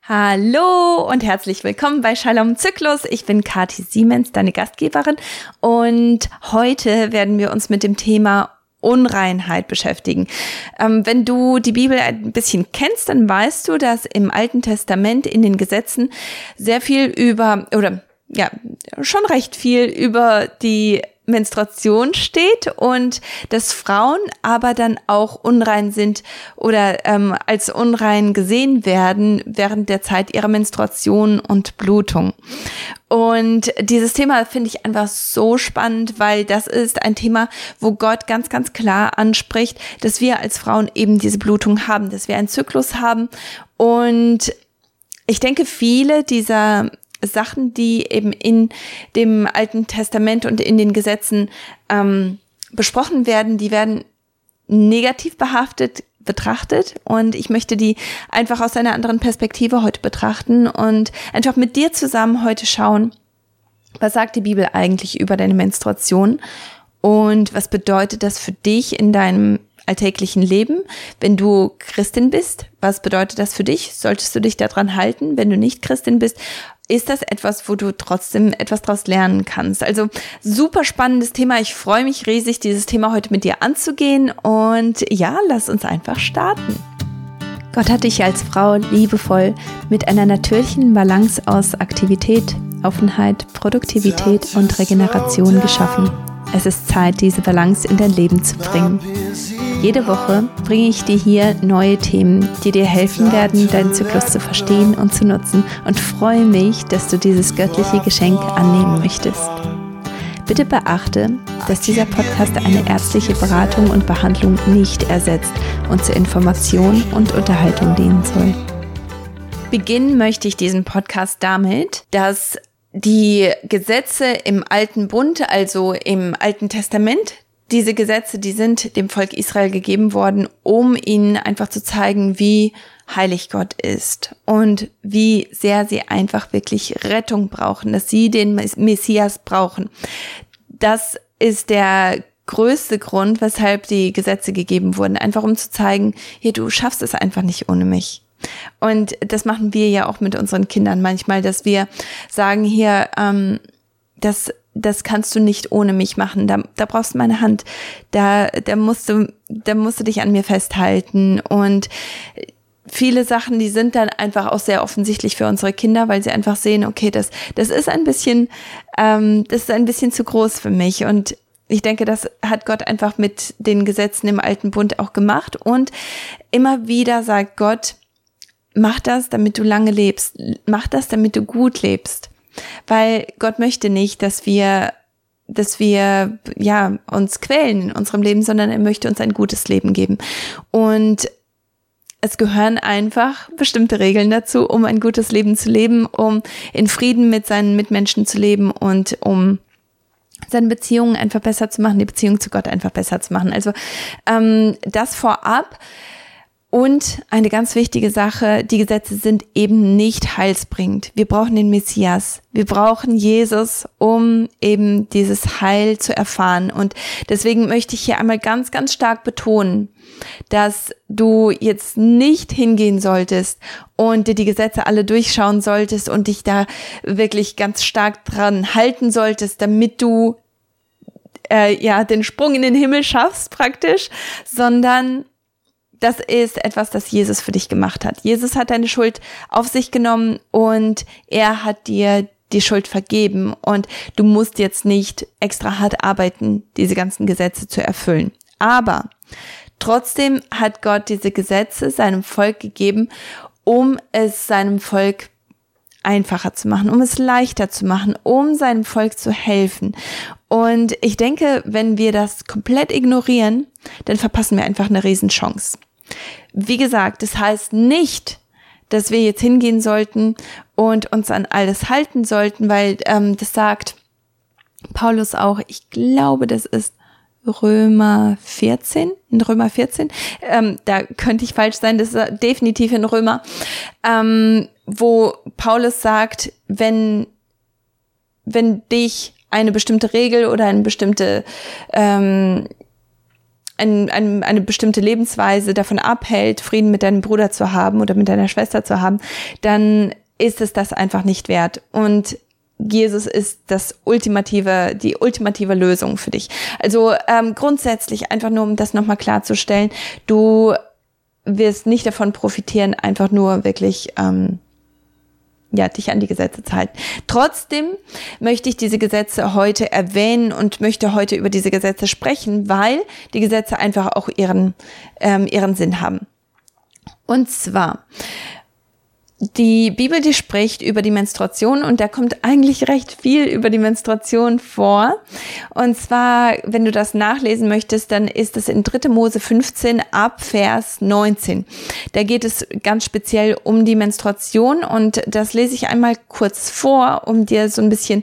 Hallo und herzlich willkommen bei Shalom Zyklus. Ich bin Kathi Siemens, deine Gastgeberin, und heute werden wir uns mit dem Thema Unreinheit beschäftigen. Wenn du die Bibel ein bisschen kennst, dann weißt du, dass im Alten Testament in den Gesetzen sehr viel schon recht viel über die Menstruation steht und dass Frauen aber dann auch unrein sind oder als unrein gesehen werden während der Zeit ihrer Menstruation und Blutung. Und dieses Thema finde ich einfach so spannend, weil das ist ein Thema, wo Gott ganz, ganz klar anspricht, dass wir als Frauen eben diese Blutung haben, dass wir einen Zyklus haben. Und ich denke, viele dieser Sachen, die eben in dem Alten Testament und in den Gesetzen besprochen werden, die werden negativ betrachtet, und ich möchte die einfach aus einer anderen Perspektive heute betrachten und einfach mit dir zusammen heute schauen, was sagt die Bibel eigentlich über deine Menstruation und was bedeutet das für dich in deinem alltäglichen Leben, wenn du Christin bist? Was bedeutet das für dich? Solltest du dich daran halten? Wenn du nicht Christin bist, ist das etwas, wo du trotzdem etwas daraus lernen kannst? Also super spannendes Thema. Ich freue mich riesig, dieses Thema heute mit dir anzugehen. Und ja, lass uns einfach starten. Gott hat dich als Frau liebevoll mit einer natürlichen Balance aus Aktivität, Offenheit, Produktivität und Regeneration geschaffen. Es ist Zeit, diese Balance in dein Leben zu bringen. Jede Woche bringe ich dir hier neue Themen, die dir helfen werden, deinen Zyklus zu verstehen und zu nutzen, und freue mich, dass du dieses göttliche Geschenk annehmen möchtest. Bitte beachte, dass dieser Podcast eine ärztliche Beratung und Behandlung nicht ersetzt und zur Information und Unterhaltung dienen soll. Beginnen möchte ich diesen Podcast damit, dass die Gesetze im Alten Bund, also im Alten Testament, diese Gesetze, die sind dem Volk Israel gegeben worden, um ihnen einfach zu zeigen, wie heilig Gott ist und wie sehr sie einfach wirklich Rettung brauchen, dass sie den Messias brauchen. Das ist der größte Grund, weshalb die Gesetze gegeben wurden, einfach um zu zeigen, hier, du schaffst es einfach nicht ohne mich. Und das machen wir ja auch mit unseren Kindern manchmal, dass wir sagen, hier, das kannst du nicht ohne mich machen. Da brauchst du meine Hand. Da musst du dich an mir festhalten. Und viele Sachen, die sind dann einfach auch sehr offensichtlich für unsere Kinder, weil sie einfach sehen, okay, das ist ein bisschen zu groß für mich. Und ich denke, das hat Gott einfach mit den Gesetzen im Alten Bund auch gemacht. Und immer wieder sagt Gott, mach das, damit du lange lebst. Mach das, damit du gut lebst. Weil Gott möchte nicht, dass wir uns quälen in unserem Leben, sondern er möchte uns ein gutes Leben geben. Und es gehören einfach bestimmte Regeln dazu, um ein gutes Leben zu leben, um in Frieden mit seinen Mitmenschen zu leben und um seine Beziehungen einfach besser zu machen, die Beziehung zu Gott einfach besser zu machen. Also das vorab. Und eine ganz wichtige Sache, die Gesetze sind eben nicht heilsbringend. Wir brauchen den Messias. Wir brauchen Jesus, um eben dieses Heil zu erfahren. Und deswegen möchte ich hier einmal ganz, ganz stark betonen, dass du jetzt nicht hingehen solltest und dir die Gesetze alle durchschauen solltest und dich da wirklich ganz stark dran halten solltest, damit du den Sprung in den Himmel schaffst praktisch, sondern das ist etwas, das Jesus für dich gemacht hat. Jesus hat deine Schuld auf sich genommen und er hat dir die Schuld vergeben, und du musst jetzt nicht extra hart arbeiten, diese ganzen Gesetze zu erfüllen. Aber trotzdem hat Gott diese Gesetze seinem Volk gegeben, um es seinem Volk einfacher zu machen, um es leichter zu machen, um seinem Volk zu helfen. Und ich denke, wenn wir das komplett ignorieren, dann verpassen wir einfach eine Riesenchance. Wie gesagt, das heißt nicht, dass wir jetzt hingehen sollten und uns an alles halten sollten, weil das sagt Paulus auch, ich glaube, das ist Römer 14, in Römer 14, da könnte ich falsch sein, das ist definitiv in Römer, wo Paulus sagt, wenn dich eine bestimmte Regel oder eine bestimmte eine bestimmte Lebensweise davon abhält, Frieden mit deinem Bruder zu haben oder mit deiner Schwester zu haben, dann ist es das einfach nicht wert. Und Jesus ist die ultimative Lösung für dich. Also grundsätzlich, einfach nur um das nochmal klarzustellen, du wirst nicht davon profitieren, einfach nur wirklich dich an die Gesetze zu halten. Trotzdem möchte ich diese Gesetze heute erwähnen und möchte heute über diese Gesetze sprechen, weil die Gesetze einfach auch ihren Sinn haben. Und zwar, die Bibel, die spricht über die Menstruation und da kommt eigentlich recht viel über die Menstruation vor. Und zwar, wenn du das nachlesen möchtest, dann ist es in 3. Mose 15 ab Vers 19. Da geht es ganz speziell um die Menstruation und das lese ich einmal kurz vor, um dir so ein bisschen,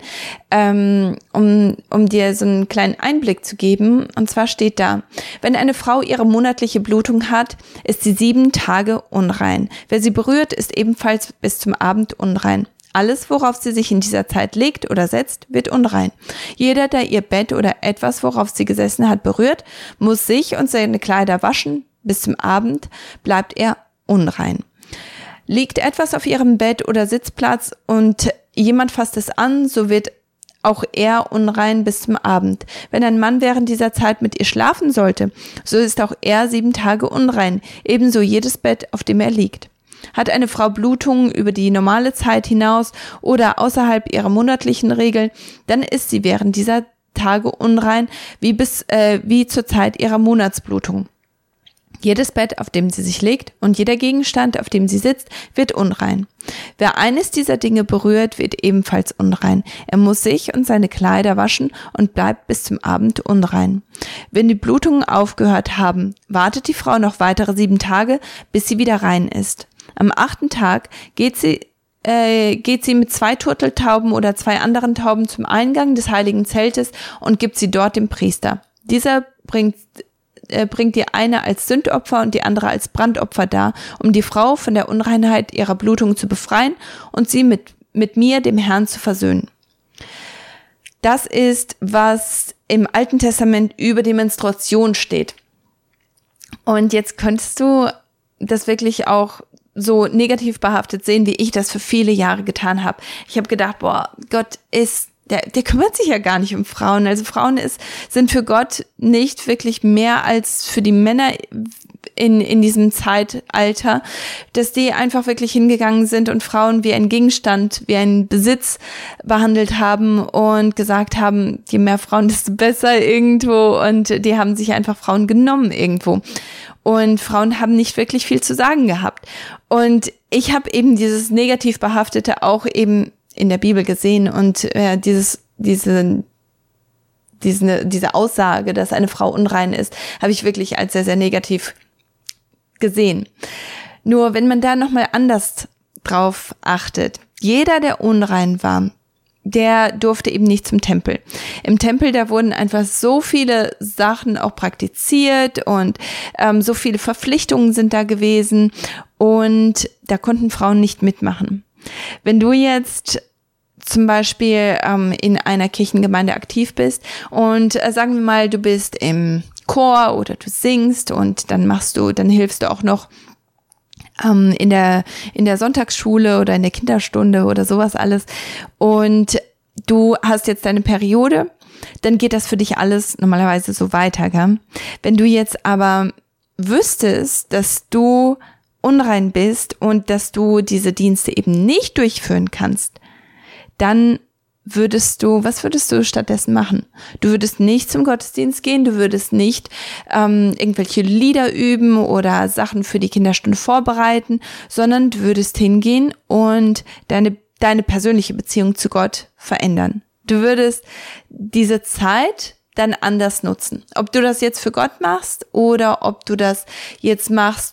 um dir so einen kleinen Einblick zu geben. Und zwar steht da: Wenn eine Frau ihre monatliche Blutung hat, ist sie 7 Tage unrein. Wer sie berührt, ist ebenfalls bis zum Abend unrein. Alles, worauf sie sich in dieser Zeit legt oder setzt, wird unrein. Jeder, der ihr Bett oder etwas, worauf sie gesessen hat, berührt, muss sich und seine Kleider waschen. Bis zum Abend bleibt er unrein. Liegt etwas auf ihrem Bett oder Sitzplatz und jemand fasst es an, so wird auch er unrein bis zum Abend. Wenn ein Mann während dieser Zeit mit ihr schlafen sollte, so ist auch er 7 Tage unrein, ebenso jedes Bett, auf dem er liegt. Hat eine Frau Blutungen über die normale Zeit hinaus oder außerhalb ihrer monatlichen Regeln, dann ist sie während dieser Tage unrein, wie zur Zeit ihrer Monatsblutung. Jedes Bett, auf dem sie sich legt und jeder Gegenstand, auf dem sie sitzt, wird unrein. Wer eines dieser Dinge berührt, wird ebenfalls unrein. Er muss sich und seine Kleider waschen und bleibt bis zum Abend unrein. Wenn die Blutungen aufgehört haben, wartet die Frau noch weitere 7 Tage, bis sie wieder rein ist. Am 8. Tag geht sie mit 2 Turteltauben oder 2 anderen Tauben zum Eingang des heiligen Zeltes und gibt sie dort dem Priester. Dieser bringt die eine als Sündopfer und die andere als Brandopfer dar, um die Frau von der Unreinheit ihrer Blutung zu befreien und sie mit mir, dem Herrn, zu versöhnen. Das ist, was im Alten Testament über die Menstruation steht. Und jetzt könntest du das wirklich auch so negativ behaftet sehen, wie ich das für viele Jahre getan habe. Ich habe gedacht, Gott der kümmert sich ja gar nicht um Frauen. Also Frauen sind für Gott nicht wirklich mehr als für die Männer in diesem Zeitalter, dass die einfach wirklich hingegangen sind und Frauen wie ein Gegenstand, wie einen Besitz behandelt haben und gesagt haben, je mehr Frauen, desto besser irgendwo, und die haben sich einfach Frauen genommen irgendwo. Und Frauen haben nicht wirklich viel zu sagen gehabt. Und ich habe eben dieses negativ behaftete auch eben in der Bibel gesehen und diese Aussage, dass eine Frau unrein ist, habe ich wirklich als sehr, sehr negativ gesehen. Nur wenn man da nochmal anders drauf achtet, jeder, der unrein war, der durfte eben nicht zum Tempel. Im Tempel, da wurden einfach so viele Sachen auch praktiziert und so viele Verpflichtungen sind da gewesen und da konnten Frauen nicht mitmachen. Wenn du jetzt zum Beispiel in einer Kirchengemeinde aktiv bist und sagen wir mal, du bist im Chor oder du singst und dann hilfst du auch noch in der Sonntagsschule oder in der Kinderstunde oder sowas alles und du hast jetzt deine Periode, dann geht das für dich alles normalerweise so weiter, gell? Wenn du jetzt aber wüsstest, dass du unrein bist und dass du diese Dienste eben nicht durchführen kannst, dann was würdest du stattdessen machen? Du würdest nicht zum Gottesdienst gehen, du würdest nicht irgendwelche Lieder üben oder Sachen für die Kinderstunde vorbereiten, sondern du würdest hingehen und deine persönliche Beziehung zu Gott verändern. Du würdest diese Zeit dann anders nutzen. Ob du das jetzt für Gott machst oder ob du das jetzt machst,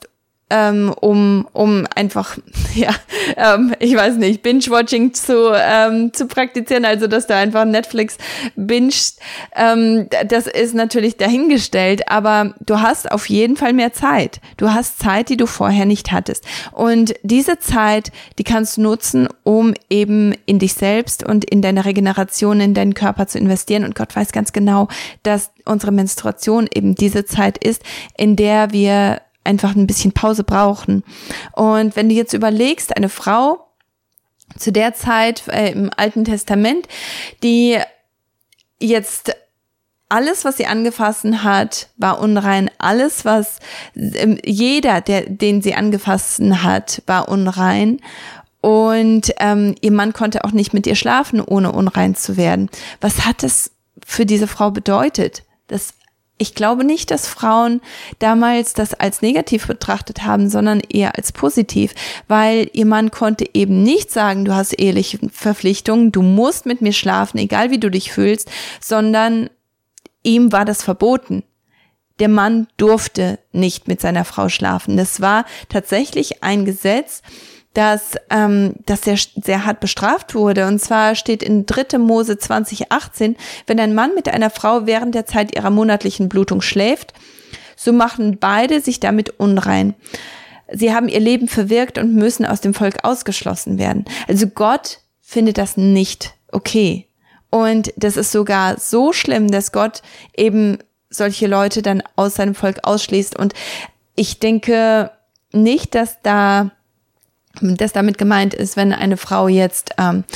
um einfach, ich weiß nicht, Binge-Watching zu praktizieren, also dass du einfach Netflix bingst, das ist natürlich dahingestellt, aber du hast auf jeden Fall mehr Zeit. Du hast Zeit, die du vorher nicht hattest. Und diese Zeit, die kannst du nutzen, um eben in dich selbst und in deine Regeneration, in deinen Körper zu investieren. Und Gott weiß ganz genau, dass unsere Menstruation eben diese Zeit ist, in der wir einfach ein bisschen Pause brauchen. Und wenn du jetzt überlegst, eine Frau zu der Zeit im Alten Testament, die jetzt alles, was sie angefasst hat, war unrein. Alles, was jeder, den sie angefasst hat, war unrein. Und ihr Mann konnte auch nicht mit ihr schlafen, ohne unrein zu werden. Was hat das für diese Frau bedeutet? Ich glaube nicht, dass Frauen damals das als negativ betrachtet haben, sondern eher als positiv, weil ihr Mann konnte eben nicht sagen, du hast eheliche Verpflichtungen, du musst mit mir schlafen, egal wie du dich fühlst, sondern ihm war das verboten. Der Mann durfte nicht mit seiner Frau schlafen. Das war tatsächlich ein Gesetz, dass sehr hart bestraft wurde. Und zwar steht in 3. Mose 20,18, wenn ein Mann mit einer Frau während der Zeit ihrer monatlichen Blutung schläft, so machen beide sich damit unrein. Sie haben ihr Leben verwirkt und müssen aus dem Volk ausgeschlossen werden. Also Gott findet das nicht okay. Und das ist sogar so schlimm, dass Gott eben solche Leute dann aus seinem Volk ausschließt. Und ich denke nicht, dass damit gemeint ist, wenn eine Frau jetzt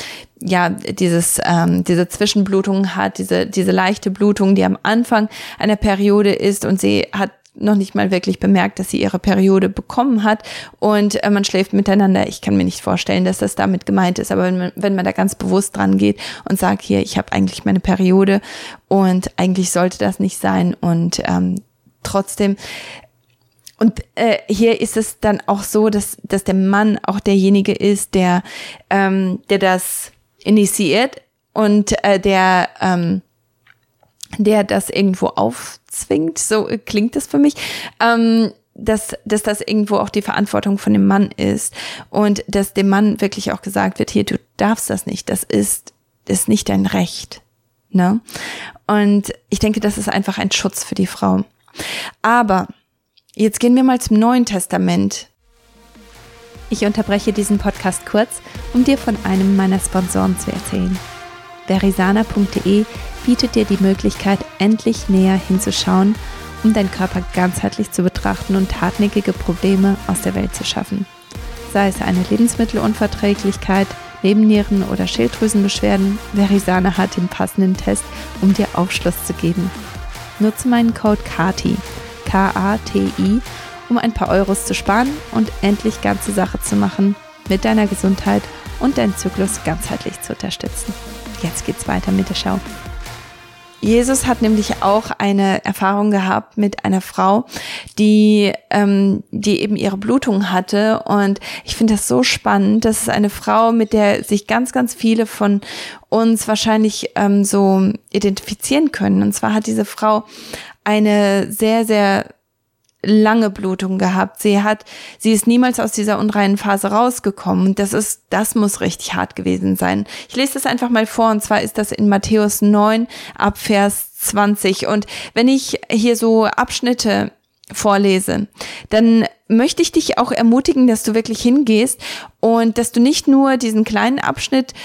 diese Zwischenblutung hat, diese leichte Blutung, die am Anfang einer Periode ist und sie hat noch nicht mal wirklich bemerkt, dass sie ihre Periode bekommen hat und man schläft miteinander. Ich kann mir nicht vorstellen, dass das damit gemeint ist, aber wenn man da ganz bewusst dran geht und sagt, hier, ich habe eigentlich meine Periode und eigentlich sollte das nicht sein und trotzdem. Und hier ist es dann auch so, dass der Mann auch derjenige ist, der das initiiert und der das irgendwo aufzwingt. So klingt es für mich, dass das irgendwo auch die Verantwortung von dem Mann ist und dass dem Mann wirklich auch gesagt wird, hier, du darfst das nicht, das ist nicht dein Recht. Ne? Und ich denke, das ist einfach ein Schutz für die Frau. Aber jetzt gehen wir mal zum Neuen Testament. Ich unterbreche diesen Podcast kurz, um dir von einem meiner Sponsoren zu erzählen. Verisana.de bietet dir die Möglichkeit, endlich näher hinzuschauen, um deinen Körper ganzheitlich zu betrachten und hartnäckige Probleme aus der Welt zu schaffen. Sei es eine Lebensmittelunverträglichkeit, Nebennieren- oder Schilddrüsenbeschwerden, Verisana hat den passenden Test, um dir Aufschluss zu geben. Nutze meinen Code KATI, K-A-T-I, um ein paar Euros zu sparen und endlich ganze Sache zu machen, mit deiner Gesundheit und deinen Zyklus ganzheitlich zu unterstützen. Jetzt geht's weiter mit der Schau. Jesus hat nämlich auch eine Erfahrung gehabt mit einer Frau, die eben ihre Blutung hatte. Und ich finde das so spannend. Das ist eine Frau, mit der sich ganz, ganz viele von uns wahrscheinlich so identifizieren können. Und zwar hat diese Frau eine sehr, sehr lange Blutung gehabt. Sie ist niemals aus dieser unreinen Phase rausgekommen. Und das muss richtig hart gewesen sein. Ich lese das einfach mal vor, und zwar ist das in Matthäus 9 ab Vers 20. Und wenn ich hier so Abschnitte vorlese, dann möchte ich dich auch ermutigen, dass du wirklich hingehst und dass du nicht nur diesen kleinen Abschnitt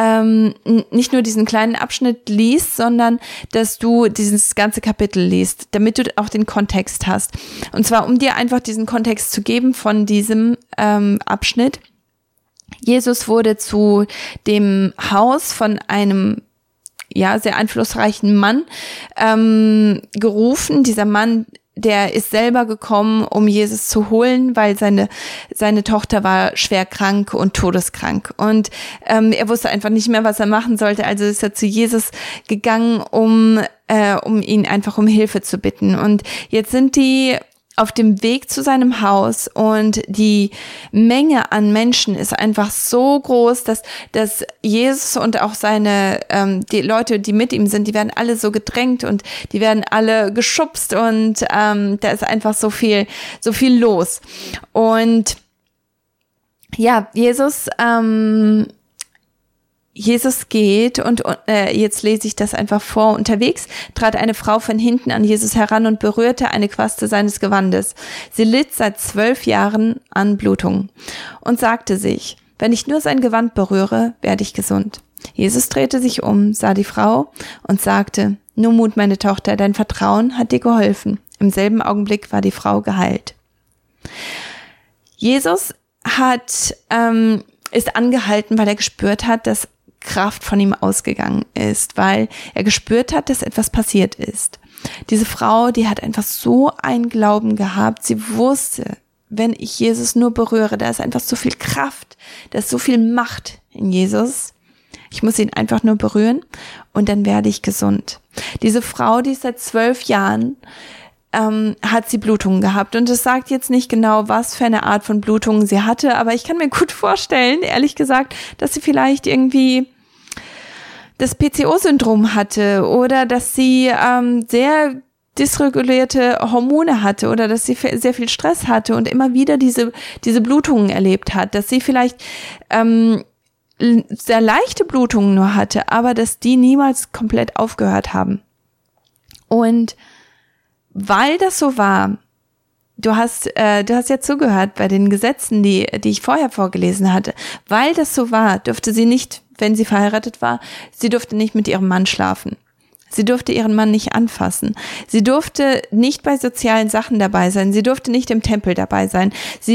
liest, sondern dass du dieses ganze Kapitel liest, damit du auch den Kontext hast. Und zwar, um dir einfach diesen Kontext zu geben von diesem Abschnitt. Jesus wurde zu dem Haus von einem sehr einflussreichen Mann gerufen. Dieser Mann, der ist selber gekommen, um Jesus zu holen, weil seine Tochter war schwer krank und todeskrank. Und er wusste einfach nicht mehr, was er machen sollte. Also ist er zu Jesus gegangen, um ihn einfach um Hilfe zu bitten. Und jetzt sind die auf dem Weg zu seinem Haus und die Menge an Menschen ist einfach so groß, dass Jesus und auch die Leute, die mit ihm sind, die werden alle so gedrängt und die werden alle geschubst und da ist einfach so viel los. Und ja, Jesus geht und jetzt lese ich das einfach vor. Unterwegs trat eine Frau von hinten an Jesus heran und berührte eine Quaste seines Gewandes. Sie litt seit 12 Jahren an Blutungen und sagte sich, wenn ich nur sein Gewand berühre, werde ich gesund. Jesus drehte sich um, sah die Frau und sagte, nur Mut, meine Tochter, dein Vertrauen hat dir geholfen. Im selben Augenblick war die Frau geheilt. Jesus ist angehalten, weil er gespürt hat, dass Kraft von ihm ausgegangen ist, weil er gespürt hat, dass etwas passiert ist. Diese Frau, die hat einfach so einen Glauben gehabt. Sie wusste, wenn ich Jesus nur berühre, da ist einfach so viel Kraft, da ist so viel Macht in Jesus. Ich muss ihn einfach nur berühren und dann werde ich gesund. Diese Frau, die ist seit 12 Jahren hat sie Blutungen gehabt. Und es sagt jetzt nicht genau, was für eine Art von Blutungen sie hatte, aber ich kann mir gut vorstellen, ehrlich gesagt, dass sie vielleicht irgendwie das PCO-Syndrom hatte oder dass sie sehr dysregulierte Hormone hatte oder dass sie sehr viel Stress hatte und immer wieder diese Blutungen erlebt hat, dass sie vielleicht sehr leichte Blutungen nur hatte, aber dass die niemals komplett aufgehört haben. Und weil das so war, du hast ja zugehört bei den Gesetzen, die ich vorher vorgelesen hatte, weil das so war, durfte sie nicht, wenn sie verheiratet war, sie durfte nicht mit ihrem Mann schlafen. Sie durfte ihren Mann nicht anfassen. Sie durfte nicht bei sozialen Sachen dabei sein. Sie durfte nicht im Tempel dabei sein.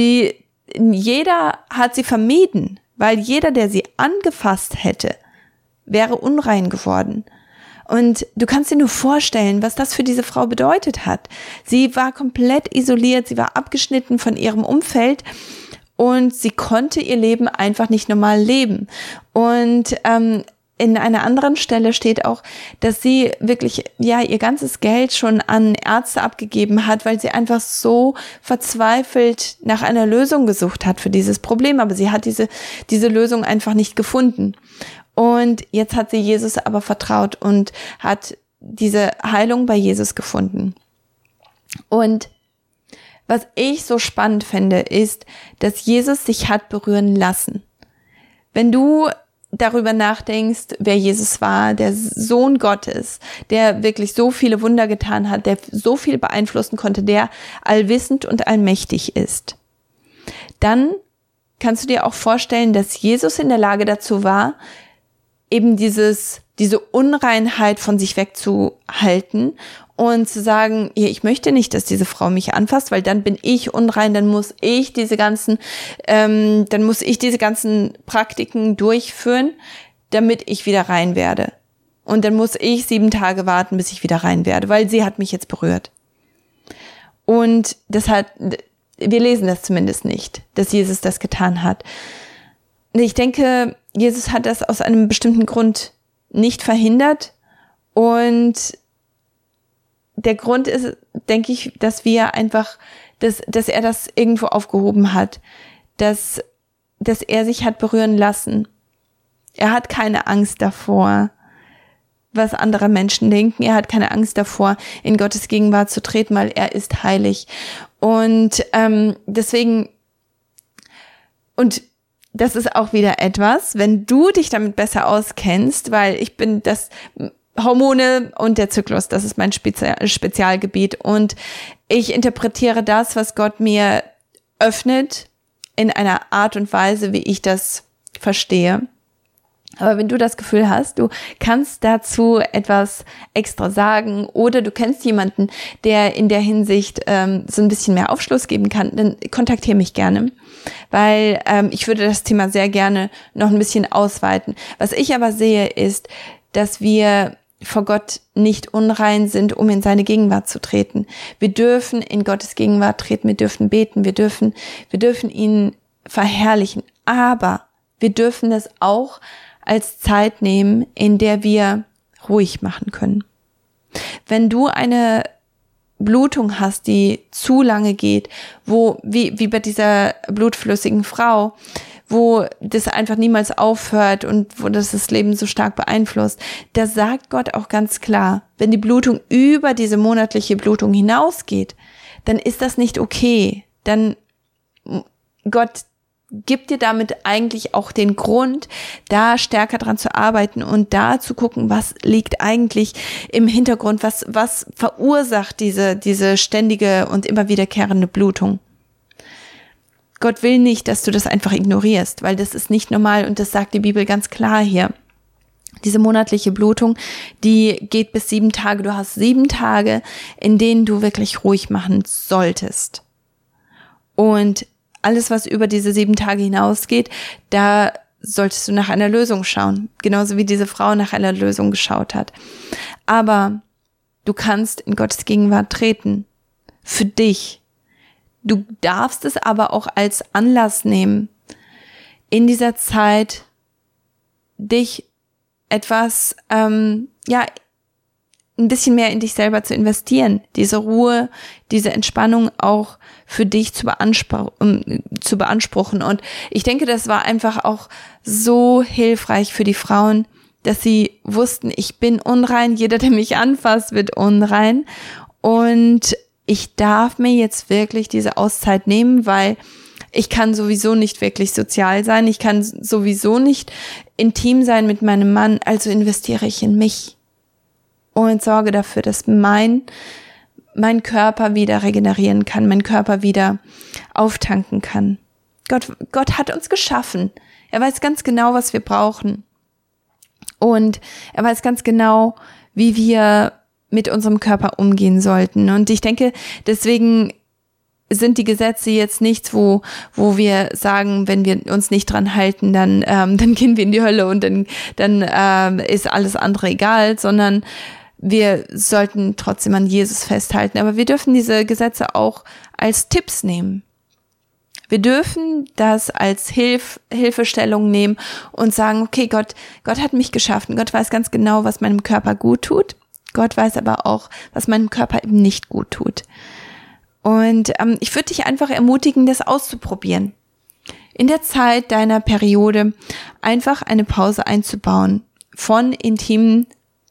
Jeder hat sie vermieden, weil jeder, der sie angefasst hätte, wäre unrein geworden. Und du kannst dir nur vorstellen, was das für diese Frau bedeutet hat. Sie war komplett isoliert, sie war abgeschnitten von ihrem Umfeld und sie konnte ihr Leben einfach nicht normal leben. Und in einer anderen Stelle steht auch, dass sie wirklich ihr ganzes Geld schon an Ärzte abgegeben hat, weil sie einfach so verzweifelt nach einer Lösung gesucht hat für dieses Problem. Aber sie hat diese Lösung einfach nicht gefunden. Und jetzt hat sie Jesus aber vertraut und hat diese Heilung bei Jesus gefunden. Und was ich so spannend finde, ist, dass Jesus sich hat berühren lassen. Wenn du darüber nachdenkst, wer Jesus war, der Sohn Gottes, der wirklich so viele Wunder getan hat, der so viel beeinflussen konnte, der allwissend und allmächtig ist, dann kannst du dir auch vorstellen, dass Jesus in der Lage dazu war, eben diese Unreinheit von sich wegzuhalten und zu sagen, ich möchte nicht, dass diese Frau mich anfasst, weil dann bin ich unrein, dann muss ich diese ganzen Praktiken durchführen, damit ich wieder rein werde. Und dann muss ich 7 Tage warten, bis ich wieder rein werde, weil sie hat mich jetzt berührt. Und wir lesen das zumindest nicht, dass Jesus das getan hat. Ich denke, Jesus hat das aus einem bestimmten Grund nicht verhindert und der Grund ist, denke ich, dass wir einfach, dass er das irgendwo aufgehoben hat, dass er sich hat berühren lassen. Er hat keine Angst davor, was andere Menschen denken. Er hat keine Angst davor, in Gottes Gegenwart zu treten, weil er ist heilig. Und deswegen, und das ist auch wieder etwas, wenn du dich damit besser auskennst, weil ich bin das Hormone und der Zyklus, das ist mein Spezialgebiet und ich interpretiere das, was Gott mir öffnet, in einer Art und Weise, wie ich das verstehe. Aber wenn du das Gefühl hast, du kannst dazu etwas extra sagen oder du kennst jemanden, der in der Hinsicht so ein bisschen mehr Aufschluss geben kann, dann kontaktiere mich gerne, weil ich würde das Thema sehr gerne noch ein bisschen ausweiten. Was ich aber sehe, ist, dass wir vor Gott nicht unrein sind, um in seine Gegenwart zu treten. Wir dürfen in Gottes Gegenwart treten, wir dürfen beten, wir dürfen ihn verherrlichen, aber wir dürfen es auch als Zeit nehmen, in der wir ruhig machen können. Wenn du eine Blutung hast, die zu lange geht, wie bei dieser blutflüssigen Frau, wo das einfach niemals aufhört und wo das Leben so stark beeinflusst, da sagt Gott auch ganz klar, wenn die Blutung über diese monatliche Blutung hinausgeht, dann ist das nicht okay. Dann Gott gibt dir damit eigentlich auch den Grund, da stärker dran zu arbeiten und da zu gucken, was liegt eigentlich im Hintergrund, was verursacht diese ständige und immer wiederkehrende Blutung. Gott will nicht, dass du das einfach ignorierst, weil das ist nicht normal und das sagt die Bibel ganz klar hier. Diese monatliche Blutung, die geht bis 7 Tage. Du hast 7 Tage, in denen du wirklich ruhig machen solltest. Und alles, was über diese 7 Tage hinausgeht, da solltest du nach einer Lösung schauen. Genauso wie diese Frau nach einer Lösung geschaut hat. Aber du kannst in Gottes Gegenwart treten. Für dich. Du darfst es aber auch als Anlass nehmen, in dieser Zeit dich etwas, ein bisschen mehr in dich selber zu investieren, diese Ruhe, diese Entspannung auch für dich zu beanspruchen. Und ich denke, das war einfach auch so hilfreich für die Frauen, dass sie wussten, ich bin unrein, jeder, der mich anfasst, wird unrein. Und ich darf mir jetzt wirklich diese Auszeit nehmen, weil ich kann sowieso nicht wirklich sozial sein, ich kann sowieso nicht intim sein mit meinem Mann, also investiere ich in mich. Und sorge dafür, dass mein Körper wieder regenerieren kann, mein Körper wieder auftanken kann. Gott hat uns geschaffen. Er weiß ganz genau, was wir brauchen. Und er weiß ganz genau, wie wir mit unserem Körper umgehen sollten. Und ich denke, deswegen sind die Gesetze jetzt nichts, wo wir sagen, wenn wir uns nicht dran halten, dann gehen wir in die Hölle und dann ist alles andere egal, sondern wir sollten trotzdem an Jesus festhalten. Aber wir dürfen diese Gesetze auch als Tipps nehmen. Wir dürfen das als Hilfestellung nehmen und sagen, okay, Gott hat mich geschaffen. Gott weiß ganz genau, was meinem Körper gut tut. Gott weiß aber auch, was meinem Körper eben nicht gut tut. Und ich würde dich einfach ermutigen, das auszuprobieren. In der Zeit deiner Periode einfach eine Pause einzubauen von intimen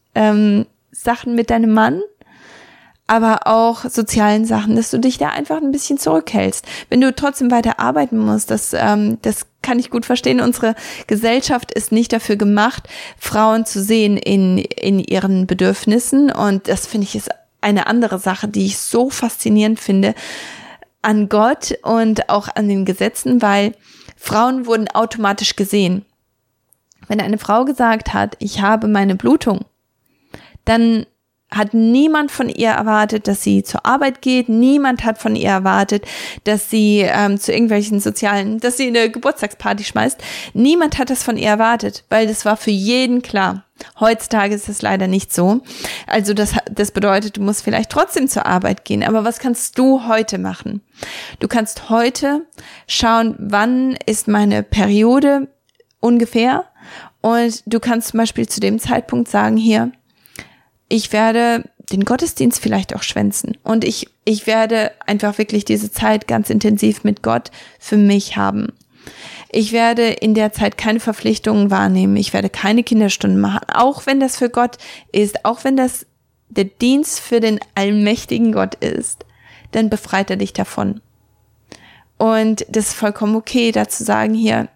Sachen mit deinem Mann, aber auch sozialen Sachen, dass du dich da einfach ein bisschen zurückhältst. Wenn du trotzdem weiter arbeiten musst, das kann ich gut verstehen. Unsere Gesellschaft ist nicht dafür gemacht, Frauen zu sehen in ihren Bedürfnissen, und das finde ich ist eine andere Sache, die ich so faszinierend finde an Gott und auch an den Gesetzen, weil Frauen wurden automatisch gesehen. Wenn eine Frau gesagt hat, ich habe meine Blutung, dann hat niemand von ihr erwartet, dass sie zur Arbeit geht. Niemand hat von ihr erwartet, dass sie zu irgendwelchen dass sie eine Geburtstagsparty schmeißt. Niemand hat das von ihr erwartet, weil das war für jeden klar. Heutzutage ist das leider nicht so. Also das bedeutet, du musst vielleicht trotzdem zur Arbeit gehen. Aber was kannst du heute machen? Du kannst heute schauen, wann ist meine Periode ungefähr. Und du kannst zum Beispiel zu dem Zeitpunkt sagen, hier, ich werde den Gottesdienst vielleicht auch schwänzen und ich werde einfach wirklich diese Zeit ganz intensiv mit Gott für mich haben. Ich werde in der Zeit keine Verpflichtungen wahrnehmen, ich werde keine Kinderstunden machen, auch wenn das für Gott ist, auch wenn das der Dienst für den allmächtigen Gott ist, dann befreit er dich davon. Und das ist vollkommen okay, da zu sagen, hier,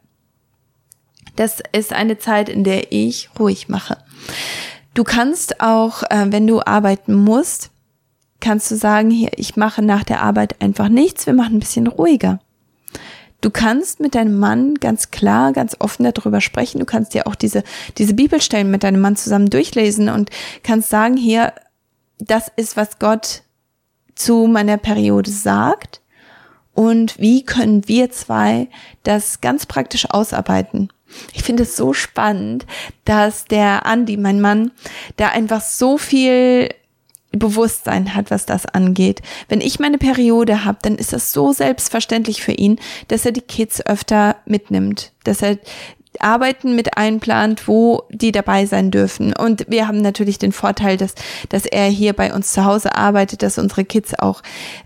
das ist eine Zeit, in der ich ruhig mache. Du kannst auch, wenn du arbeiten musst, kannst du sagen, hier, ich mache nach der Arbeit einfach nichts, wir machen ein bisschen ruhiger. Du kannst mit deinem Mann ganz klar, ganz offen darüber sprechen. Du kannst dir auch diese Bibelstellen mit deinem Mann zusammen durchlesen und kannst sagen, hier, das ist, was Gott zu meiner Periode sagt. Und wie können wir zwei das ganz praktisch ausarbeiten? Ich finde es so spannend, dass der Andi, mein Mann, da einfach so viel Bewusstsein hat, was das angeht. Wenn ich meine Periode habe, dann ist das so selbstverständlich für ihn, dass er die Kids öfter mitnimmt, dass er Arbeiten mit einplant, wo die dabei sein dürfen. Und wir haben natürlich den Vorteil, dass er hier bei uns zu Hause arbeitet, dass unsere Kids auch,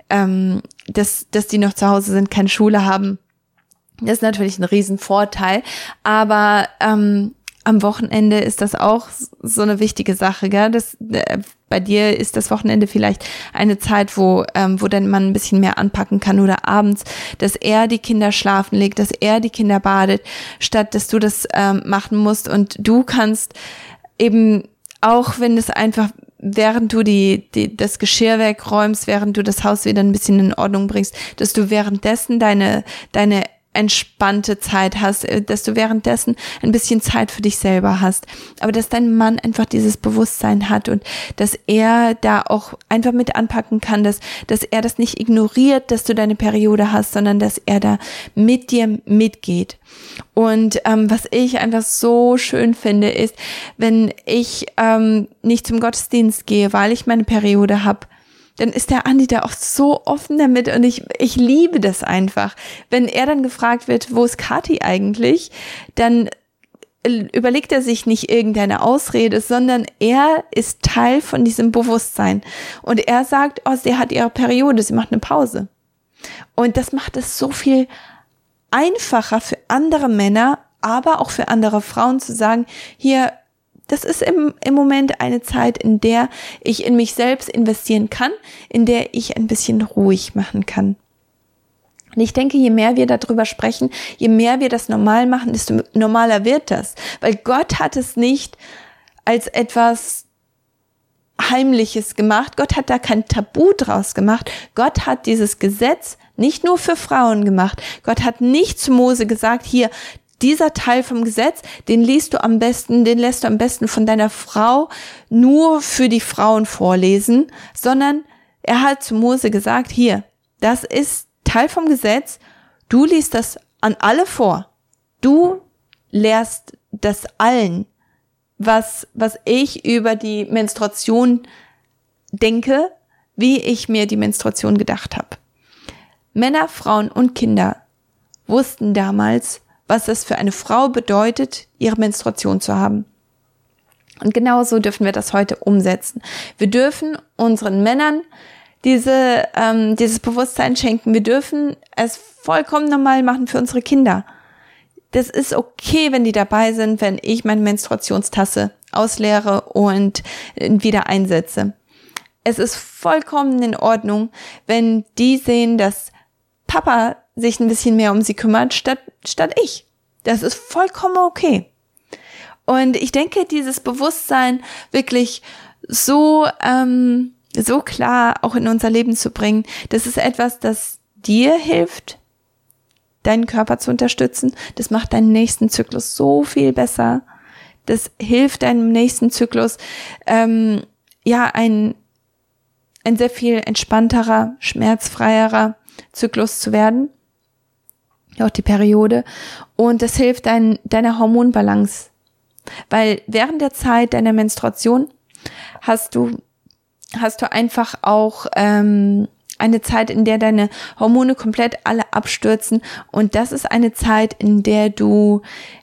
dass die noch zu Hause sind, keine Schule haben. Das ist natürlich ein Riesenvorteil. Aber am Wochenende ist das auch so eine wichtige Sache, gell? Bei dir ist das Wochenende vielleicht eine Zeit, wo dein Mann ein bisschen mehr anpacken kann oder abends, dass er die Kinder schlafen legt, dass er die Kinder badet, statt dass du das machen musst. Und du kannst eben, auch wenn es einfach, während du das Geschirr wegräumst, während du das Haus wieder ein bisschen in Ordnung bringst, dass du währenddessen deine entspannte Zeit hast, dass du währenddessen ein bisschen Zeit für dich selber hast, aber dass dein Mann einfach dieses Bewusstsein hat und dass er da auch einfach mit anpacken kann, dass er das nicht ignoriert, dass du deine Periode hast, sondern dass er da mit dir mitgeht. Und was ich einfach so schön finde, ist, wenn ich nicht zum Gottesdienst gehe, weil ich meine Periode habe, dann ist der Andi da auch so offen damit und ich liebe das einfach. Wenn er dann gefragt wird, wo ist Kathi eigentlich, dann überlegt er sich nicht irgendeine Ausrede, sondern er ist Teil von diesem Bewusstsein. Und er sagt, oh, sie hat ihre Periode, sie macht eine Pause. Und das macht es so viel einfacher für andere Männer, aber auch für andere Frauen zu sagen, hier, das ist im Moment eine Zeit, in der ich in mich selbst investieren kann, in der ich ein bisschen ruhig machen kann. Und ich denke, je mehr wir darüber sprechen, je mehr wir das normal machen, desto normaler wird das. Weil Gott hat es nicht als etwas Heimliches gemacht. Gott hat da kein Tabu draus gemacht. Gott hat dieses Gesetz nicht nur für Frauen gemacht. Gott hat nicht zu Mose gesagt, hier, dieser Teil vom Gesetz, den lässt du am besten von deiner Frau nur für die Frauen vorlesen, sondern er hat zu Mose gesagt, hier, das ist Teil vom Gesetz, du liest das an alle vor. Du lehrst das allen, was ich über die Menstruation denke, wie ich mir die Menstruation gedacht habe. Männer, Frauen und Kinder wussten damals, was es für eine Frau bedeutet, ihre Menstruation zu haben. Und genauso dürfen wir das heute umsetzen. Wir dürfen unseren Männern dieses Bewusstsein schenken. Wir dürfen es vollkommen normal machen für unsere Kinder. Das ist okay, wenn die dabei sind, wenn ich meine Menstruationstasse ausleere und wieder einsetze. Es ist vollkommen in Ordnung, wenn die sehen, dass Papa sich ein bisschen mehr um sie kümmert, statt ich. Das ist vollkommen okay. Und ich denke, dieses Bewusstsein wirklich so klar auch in unser Leben zu bringen, das ist etwas, das dir hilft, deinen Körper zu unterstützen. Das macht deinen nächsten Zyklus so viel besser. Das hilft deinem nächsten Zyklus, ein sehr viel entspannterer, schmerzfreierer Zyklus zu werden. Auch die Periode. Und das hilft deiner Hormonbalance. Weil während der Zeit deiner Menstruation hast du einfach auch eine Zeit, in der deine Hormone komplett alle abstürzen. Und das ist eine Zeit, in der du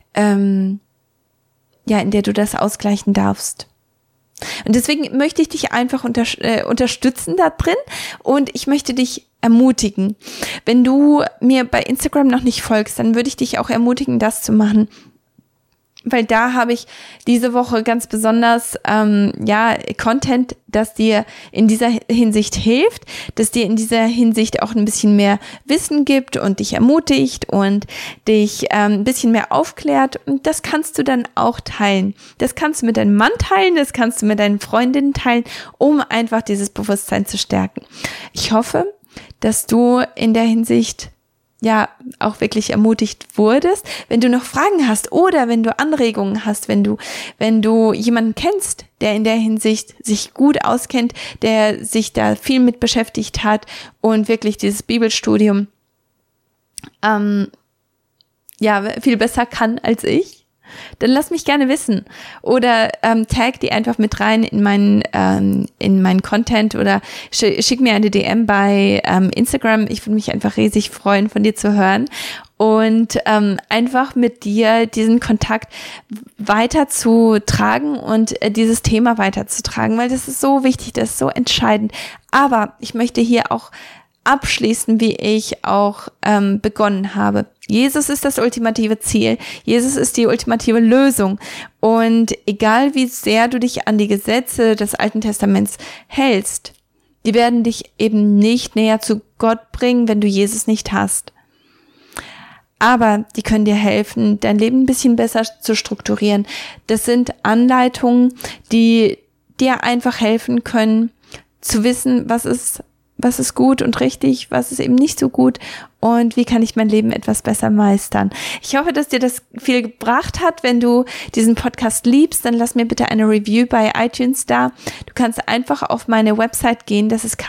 das ausgleichen darfst. Und deswegen möchte ich dich einfach unterstützen da drin und ich möchte dich ermutigen. Wenn du mir bei Instagram noch nicht folgst, dann würde ich dich auch ermutigen, das zu machen. Weil da habe ich diese Woche ganz besonders Content, das dir in dieser Hinsicht hilft, das dir in dieser Hinsicht auch ein bisschen mehr Wissen gibt und dich ermutigt und dich ein bisschen mehr aufklärt. Und das kannst du dann auch teilen. Das kannst du mit deinem Mann teilen, das kannst du mit deinen Freundinnen teilen, um einfach dieses Bewusstsein zu stärken. Ich hoffe, dass du in der Hinsicht auch wirklich ermutigt wurdest. Wenn du noch Fragen hast oder wenn du Anregungen hast, wenn du jemanden kennst, der in der Hinsicht sich gut auskennt, der sich da viel mit beschäftigt hat und wirklich dieses Bibelstudium viel besser kann als ich, dann lass mich gerne wissen oder tag die einfach mit rein in meinen Content oder schick mir eine DM bei Instagram. Ich würde mich einfach riesig freuen, von dir zu hören. und einfach mit dir diesen Kontakt weiterzutragen und dieses Thema weiterzutragen, weil das ist so wichtig, das ist so entscheidend. Aber ich möchte hier auch abschließen, wie ich auch begonnen habe. Jesus ist das ultimative Ziel. Jesus ist die ultimative Lösung. Und egal wie sehr du dich an die Gesetze des Alten Testaments hältst, die werden dich eben nicht näher zu Gott bringen, wenn du Jesus nicht hast. Aber die können dir helfen, dein Leben ein bisschen besser zu strukturieren. Das sind Anleitungen, die dir einfach helfen können, zu wissen, was ist gut und richtig, was ist eben nicht so gut und wie kann ich mein Leben etwas besser meistern. Ich hoffe, dass dir das viel gebracht hat. Wenn du diesen Podcast liebst, dann lass mir bitte eine Review bei iTunes da. Du kannst einfach auf meine Website gehen, das ist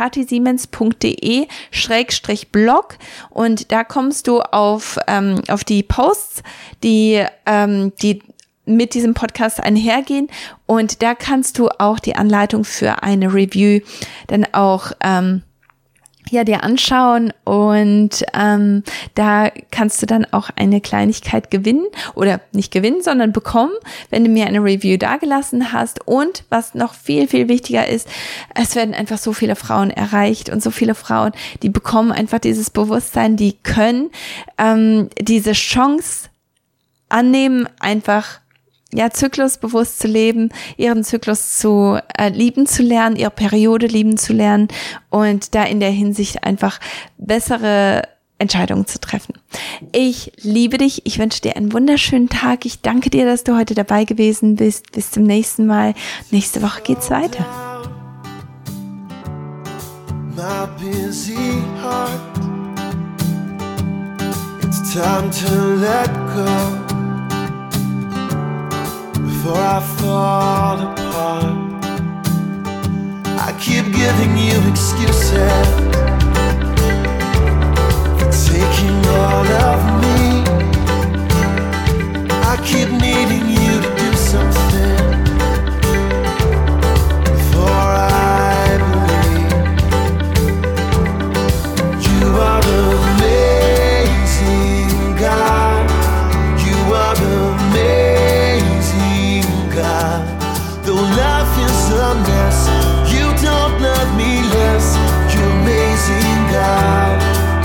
katisiemens.de/blog und da kommst du auf die Posts, die mit diesem Podcast einhergehen und da kannst du auch die Anleitung für eine Review dann auch dir anschauen und da kannst du dann auch eine Kleinigkeit gewinnen oder nicht gewinnen, sondern bekommen, wenn du mir eine Review dagelassen hast. Und was noch viel, viel wichtiger ist, es werden einfach so viele Frauen erreicht und so viele Frauen, die bekommen einfach dieses Bewusstsein, die können diese Chance annehmen, einfach zyklusbewusst zu leben, ihren Zyklus zu lieben zu lernen, ihre Periode lieben zu lernen und da in der Hinsicht einfach bessere Entscheidungen zu treffen. Ich liebe dich. Ich wünsche dir einen wunderschönen Tag. Ich danke dir, dass du heute dabei gewesen bist. Bis zum nächsten Mal. Nächste Woche geht's weiter. My busy heart, it's time to let go. Before I fall apart, I keep giving you excuses for taking all of me. I keep needing you to do something before I believe. You are amazing, God. You are amazing, God. Though life is a mess, you don't love me less. You're amazing, God.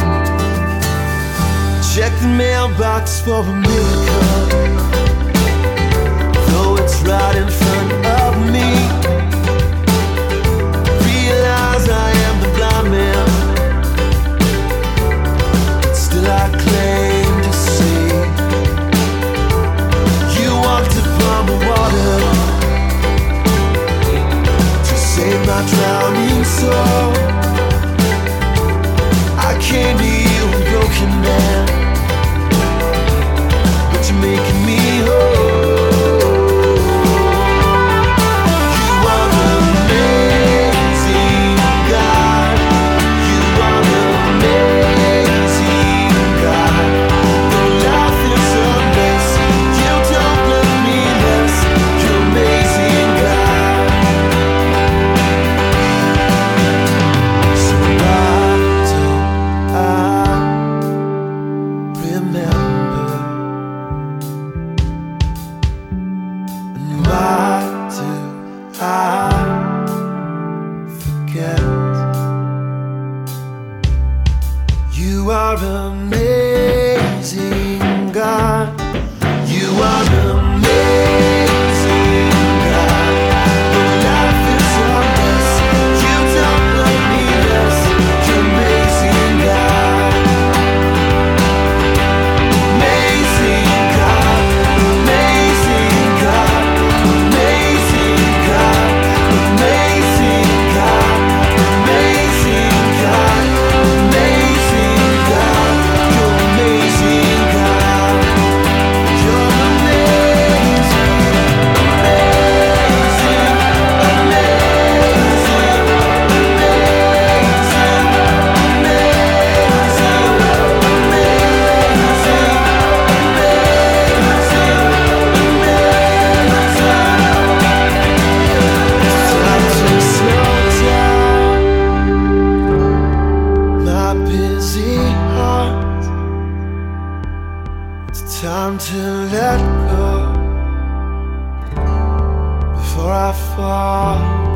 Check the mailbox for a miracle, though it's right in front of me. Realize I am the blind man, still I claim to see. You walked upon the water to save my drowning soul. I came to you a broken man, I fall.